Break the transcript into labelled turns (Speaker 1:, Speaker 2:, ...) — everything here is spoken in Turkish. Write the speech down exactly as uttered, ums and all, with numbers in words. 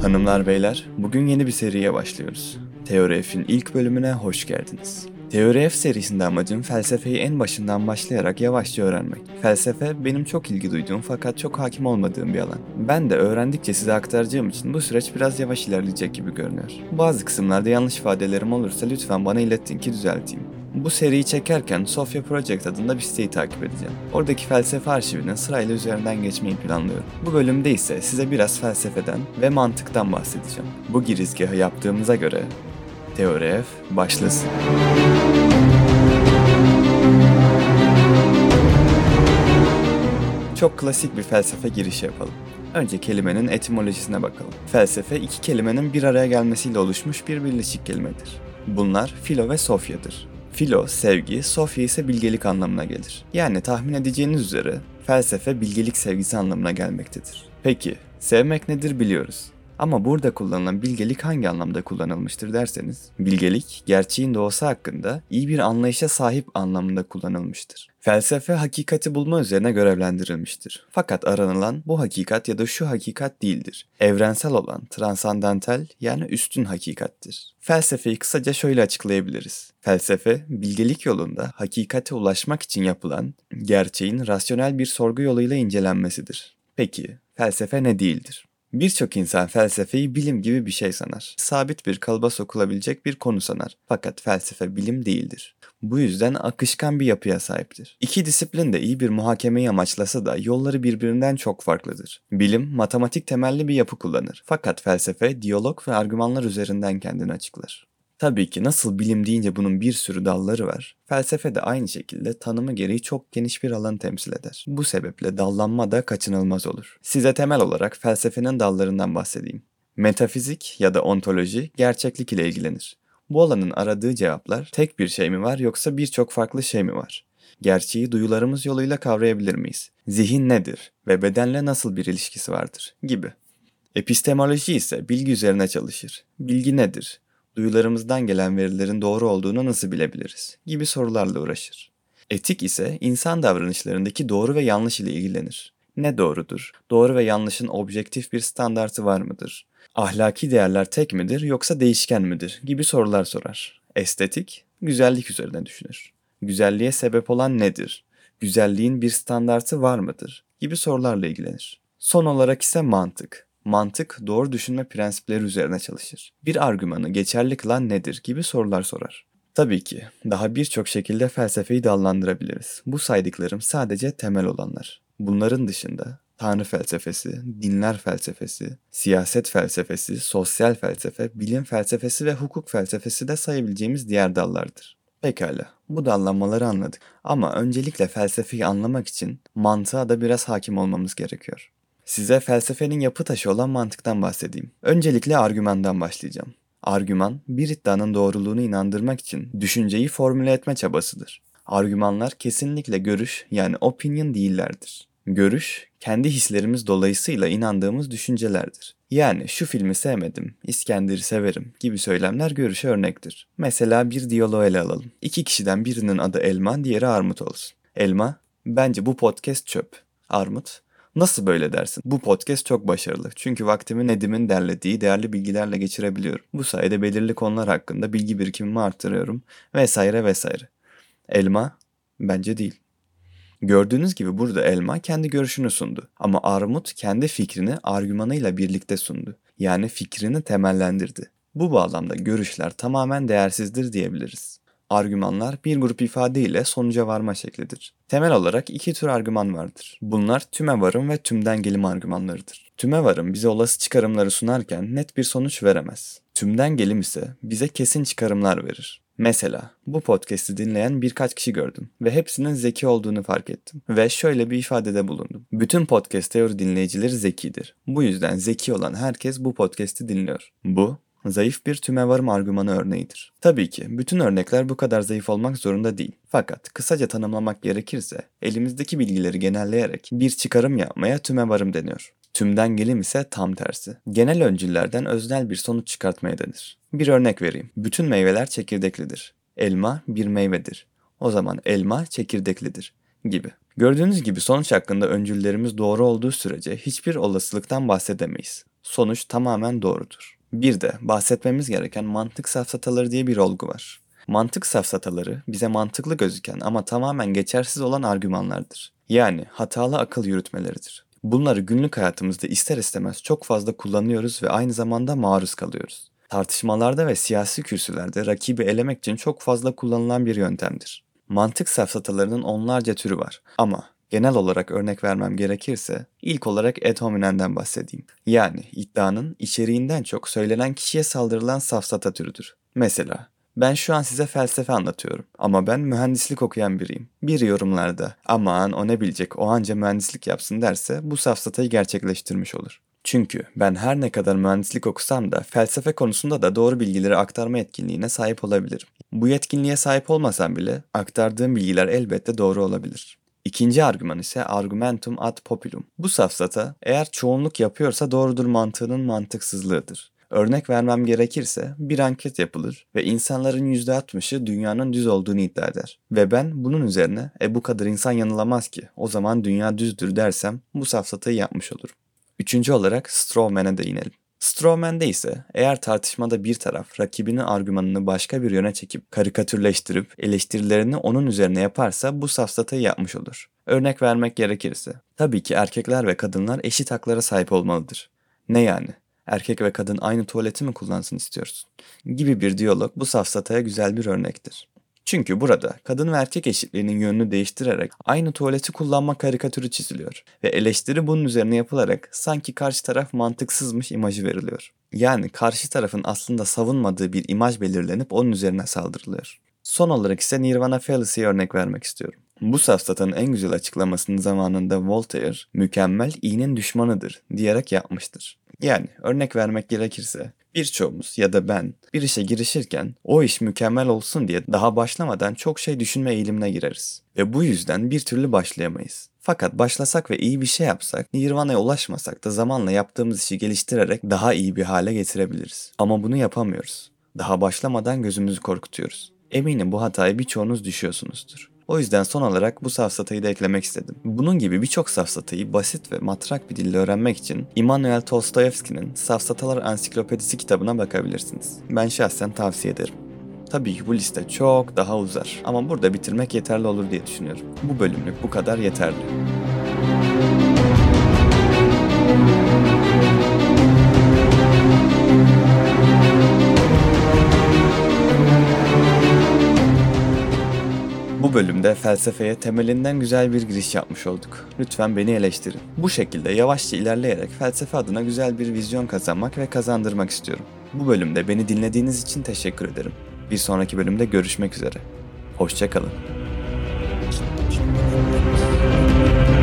Speaker 1: Hanımlar beyler, bugün yeni bir seriye başlıyoruz. Teori F'in ilk bölümüne hoş geldiniz. Teori F serisinde amacım felsefeyi en başından başlayarak yavaşça öğrenmek. Felsefe benim çok ilgi duyduğum fakat çok hakim olmadığım bir alan. Ben de öğrendikçe size aktaracağım için bu süreç biraz yavaş ilerleyecek gibi görünüyor. Bazı kısımlarda yanlış ifadelerim olursa lütfen bana iletin ki düzelteyim. Bu seriyi çekerken Sofia Project adında bir siteyi takip edeceğim. Oradaki felsefe arşivinin sırayla üzerinden geçmeyi planlıyorum. Bu bölümde ise size biraz felsefeden ve mantıktan bahsedeceğim. Bu girizgahı yaptığımıza göre Teori F başlasın. Çok klasik bir felsefe girişi yapalım. Önce kelimenin etimolojisine bakalım. Felsefe iki kelimenin bir araya gelmesiyle oluşmuş bir birleşik kelimedir. Bunlar philo ve sophia'dır. Philo, sevgi, sophia ise bilgelik anlamına gelir. Yani tahmin edeceğiniz üzere felsefe bilgelik sevgisi anlamına gelmektedir. Peki, sevmek nedir biliyoruz. Ama burada kullanılan bilgelik hangi anlamda kullanılmıştır derseniz, bilgelik, gerçeğin doğası hakkında iyi bir anlayışa sahip anlamında kullanılmıştır. Felsefe hakikati bulma üzerine görevlendirilmiştir. Fakat aranılan bu hakikat ya da şu hakikat değildir. Evrensel olan, transandantal yani üstün hakikattir. Felsefeyi kısaca şöyle açıklayabiliriz. Felsefe, bilgelik yolunda hakikate ulaşmak için yapılan, gerçeğin rasyonel bir sorgu yoluyla incelenmesidir. Peki, felsefe ne değildir? Birçok insan felsefeyi bilim gibi bir şey sanar. Sabit bir kalıba sokulabilecek bir konu sanar. Fakat felsefe bilim değildir. Bu yüzden akışkan bir yapıya sahiptir. İki disiplin de iyi bir muhakemeyi amaçlasa da yolları birbirinden çok farklıdır. Bilim, matematik temelli bir yapı kullanır. Fakat felsefe, diyalog ve argümanlar üzerinden kendini açıklar. Tabii ki nasıl bilim deyince bunun bir sürü dalları var. Felsefe de aynı şekilde tanımı gereği çok geniş bir alanı temsil eder. Bu sebeple dallanma da kaçınılmaz olur. Size temel olarak felsefenin dallarından bahsedeyim. Metafizik ya da ontoloji gerçeklik ile ilgilenir. Bu alanın aradığı cevaplar tek bir şey mi var yoksa birçok farklı şey mi var? Gerçeği duyularımız yoluyla kavrayabilir miyiz? Zihin nedir ve bedenle nasıl bir ilişkisi vardır? Gibi. Epistemoloji ise bilgi üzerine çalışır. Bilgi nedir? Duyularımızdan gelen verilerin doğru olduğunu nasıl bilebiliriz? Gibi sorularla uğraşır. Etik ise insan davranışlarındaki doğru ve yanlış ile ilgilenir. Ne doğrudur? Doğru ve yanlışın objektif bir standartı var mıdır? Ahlaki değerler tek midir yoksa değişken midir? Gibi sorular sorar. Estetik, güzellik üzerine düşünür. Güzelliğe sebep olan nedir? Güzelliğin bir standartı var mıdır? Gibi sorularla ilgilenir. Son olarak ise mantık. Mantık, doğru düşünme prensipleri üzerine çalışır. Bir argümanı geçerli kılan nedir gibi sorular sorar. Tabii ki daha birçok şekilde felsefeyi dallandırabiliriz. Bu saydıklarım sadece temel olanlar. Bunların dışında Tanrı felsefesi, dinler felsefesi, siyaset felsefesi, sosyal felsefe, bilim felsefesi ve hukuk felsefesi de sayabileceğimiz diğer dallardır. Pekala, bu dallanmaları anladık. Ama öncelikle felsefeyi anlamak için mantığa da biraz hakim olmamız gerekiyor. Size felsefenin yapı taşı olan mantıktan bahsedeyim. Öncelikle argümandan başlayacağım. Argüman, bir iddianın doğruluğunu inandırmak için düşünceyi formüle etme çabasıdır. Argümanlar kesinlikle görüş yani opinion değillerdir. Görüş, kendi hislerimiz dolayısıyla inandığımız düşüncelerdir. Yani şu filmi sevmedim, İskender'i severim gibi söylemler görüşe örnektir. Mesela bir diyaloğu ele alalım. İki kişiden birinin adı Elma, diğeri Armut olsun. Elma, bence bu podcast çöp. Armut, nasıl böyle dersin? Bu podcast çok başarılı. Çünkü vaktimi Nedim'in derlediği değerli bilgilerle geçirebiliyorum. Bu sayede belirli konular hakkında bilgi birikimimi artırıyorum vesaire vesaire. Elma, bence değil. Gördüğünüz gibi burada Elma kendi görüşünü sundu. Ama Armut kendi fikrini argümanıyla birlikte sundu. Yani fikrini temellendirdi. Bu bağlamda görüşler tamamen değersizdir diyebiliriz. Argümanlar bir grup ifade ile sonuca varma şeklidir. Temel olarak iki tür argüman vardır. Bunlar tümevarım ve tümden gelim argümanlarıdır. Tümevarım bize olası çıkarımları sunarken net bir sonuç veremez. Tümden gelim ise bize kesin çıkarımlar verir. Mesela bu podcast'i dinleyen birkaç kişi gördüm ve hepsinin zeki olduğunu fark ettim. Ve şöyle bir ifadede bulundum. Bütün podcast teori dinleyicileri zekidir. Bu yüzden zeki olan herkes bu podcast'i dinliyor. Bu zayıf bir tümevarım argümanı örneğidir. Tabii ki bütün örnekler bu kadar zayıf olmak zorunda değil. Fakat kısaca tanımlamak gerekirse elimizdeki bilgileri genelleyerek bir çıkarım yapmaya tümevarım deniyor. Tümden gelim ise tam tersi. Genel öncüllerden öznel bir sonuç çıkartmaya denir. Bir örnek vereyim. Bütün meyveler çekirdeklidir. Elma bir meyvedir. O zaman elma çekirdeklidir gibi. Gördüğünüz gibi sonuç hakkında öncüllerimiz doğru olduğu sürece hiçbir olasılıktan bahsedemeyiz. Sonuç tamamen doğrudur. Bir de bahsetmemiz gereken mantık safsataları diye bir olgu var. Mantık safsataları bize mantıklı gözüken ama tamamen geçersiz olan argümanlardır. Yani hatalı akıl yürütmeleridir. Bunları günlük hayatımızda ister istemez çok fazla kullanıyoruz ve aynı zamanda maruz kalıyoruz. Tartışmalarda ve siyasi kürsülerde rakibi elemek için çok fazla kullanılan bir yöntemdir. Mantık safsatalarının onlarca türü var ama genel olarak örnek vermem gerekirse ilk olarak ad hominem'den bahsedeyim. Yani iddianın içeriğinden çok söylenen kişiye saldırılan safsata türüdür. Mesela ben şu an size felsefe anlatıyorum ama ben mühendislik okuyan biriyim. Bir yorumlarda aman o ne bilecek o anca mühendislik yapsın derse bu safsatayı gerçekleştirmiş olur. Çünkü ben her ne kadar mühendislik okusam da felsefe konusunda da doğru bilgileri aktarma yetkinliğine sahip olabilirim. Bu yetkinliğe sahip olmasam bile aktardığım bilgiler elbette doğru olabilir. İkinci argüman ise argumentum ad populum. Bu safsata eğer çoğunluk yapıyorsa doğrudur mantığının mantıksızlığıdır. Örnek vermem gerekirse bir anket yapılır ve insanların yüzde altmışı dünyanın düz olduğunu iddia eder. Ve ben bunun üzerine e bu kadar insan yanılamaz ki o zaman dünya düzdür dersem bu safsatayı yapmış olurum. Üçüncü olarak straw man'e değinelim. Straw man'de ise eğer tartışmada bir taraf rakibinin argümanını başka bir yöne çekip karikatürleştirip eleştirilerini onun üzerine yaparsa bu safsatayı yapmış olur. Örnek vermek gerekirse tabii ki erkekler ve kadınlar eşit haklara sahip olmalıdır. Ne yani? Erkek ve kadın aynı tuvaleti mi kullansın istiyorsun? Gibi bir diyalog bu safsataya güzel bir örnektir. Çünkü burada kadın ve erkek eşitliğinin yönünü değiştirerek aynı tuvaleti kullanma karikatürü çiziliyor ve eleştiri bunun üzerine yapılarak sanki karşı taraf mantıksızmış imajı veriliyor. Yani karşı tarafın aslında savunmadığı bir imaj belirlenip onun üzerine saldırılıyor. Son olarak ise Nirvana Fallacy'ye örnek vermek istiyorum. Bu safsatanın en güzel açıklamasını zamanında Voltaire, mükemmel iyinin düşmanıdır diyerek yapmıştır. Yani örnek vermek gerekirse birçoğumuz ya da ben bir işe girişirken o iş mükemmel olsun diye daha başlamadan çok şey düşünme eğilimine gireriz. Ve bu yüzden bir türlü başlayamayız. Fakat başlasak ve iyi bir şey yapsak, Nirvana'ya ulaşmasak da zamanla yaptığımız işi geliştirerek daha iyi bir hale getirebiliriz. Ama bunu yapamıyoruz. Daha başlamadan gözümüzü korkutuyoruz. Eminim bu hatayı birçoğunuz düşüyorsunuzdur. O yüzden son olarak bu safsatayı da eklemek istedim. Bunun gibi birçok safsatayı basit ve matrak bir dille öğrenmek için Immanuel Dostoyevski'nin Safsatalar Ansiklopedisi kitabına bakabilirsiniz. Ben şahsen tavsiye ederim. Tabii ki bu liste çok daha uzar ama burada bitirmek yeterli olur diye düşünüyorum. Bu bölümlük bu kadar yeterli. Bu bölümde felsefeye temelinden güzel bir giriş yapmış olduk. Lütfen beni eleştirin. Bu şekilde yavaşça ilerleyerek felsefe adına güzel bir vizyon kazanmak ve kazandırmak istiyorum. Bu bölümde beni dinlediğiniz için teşekkür ederim. Bir sonraki bölümde görüşmek üzere. Hoşça kalın.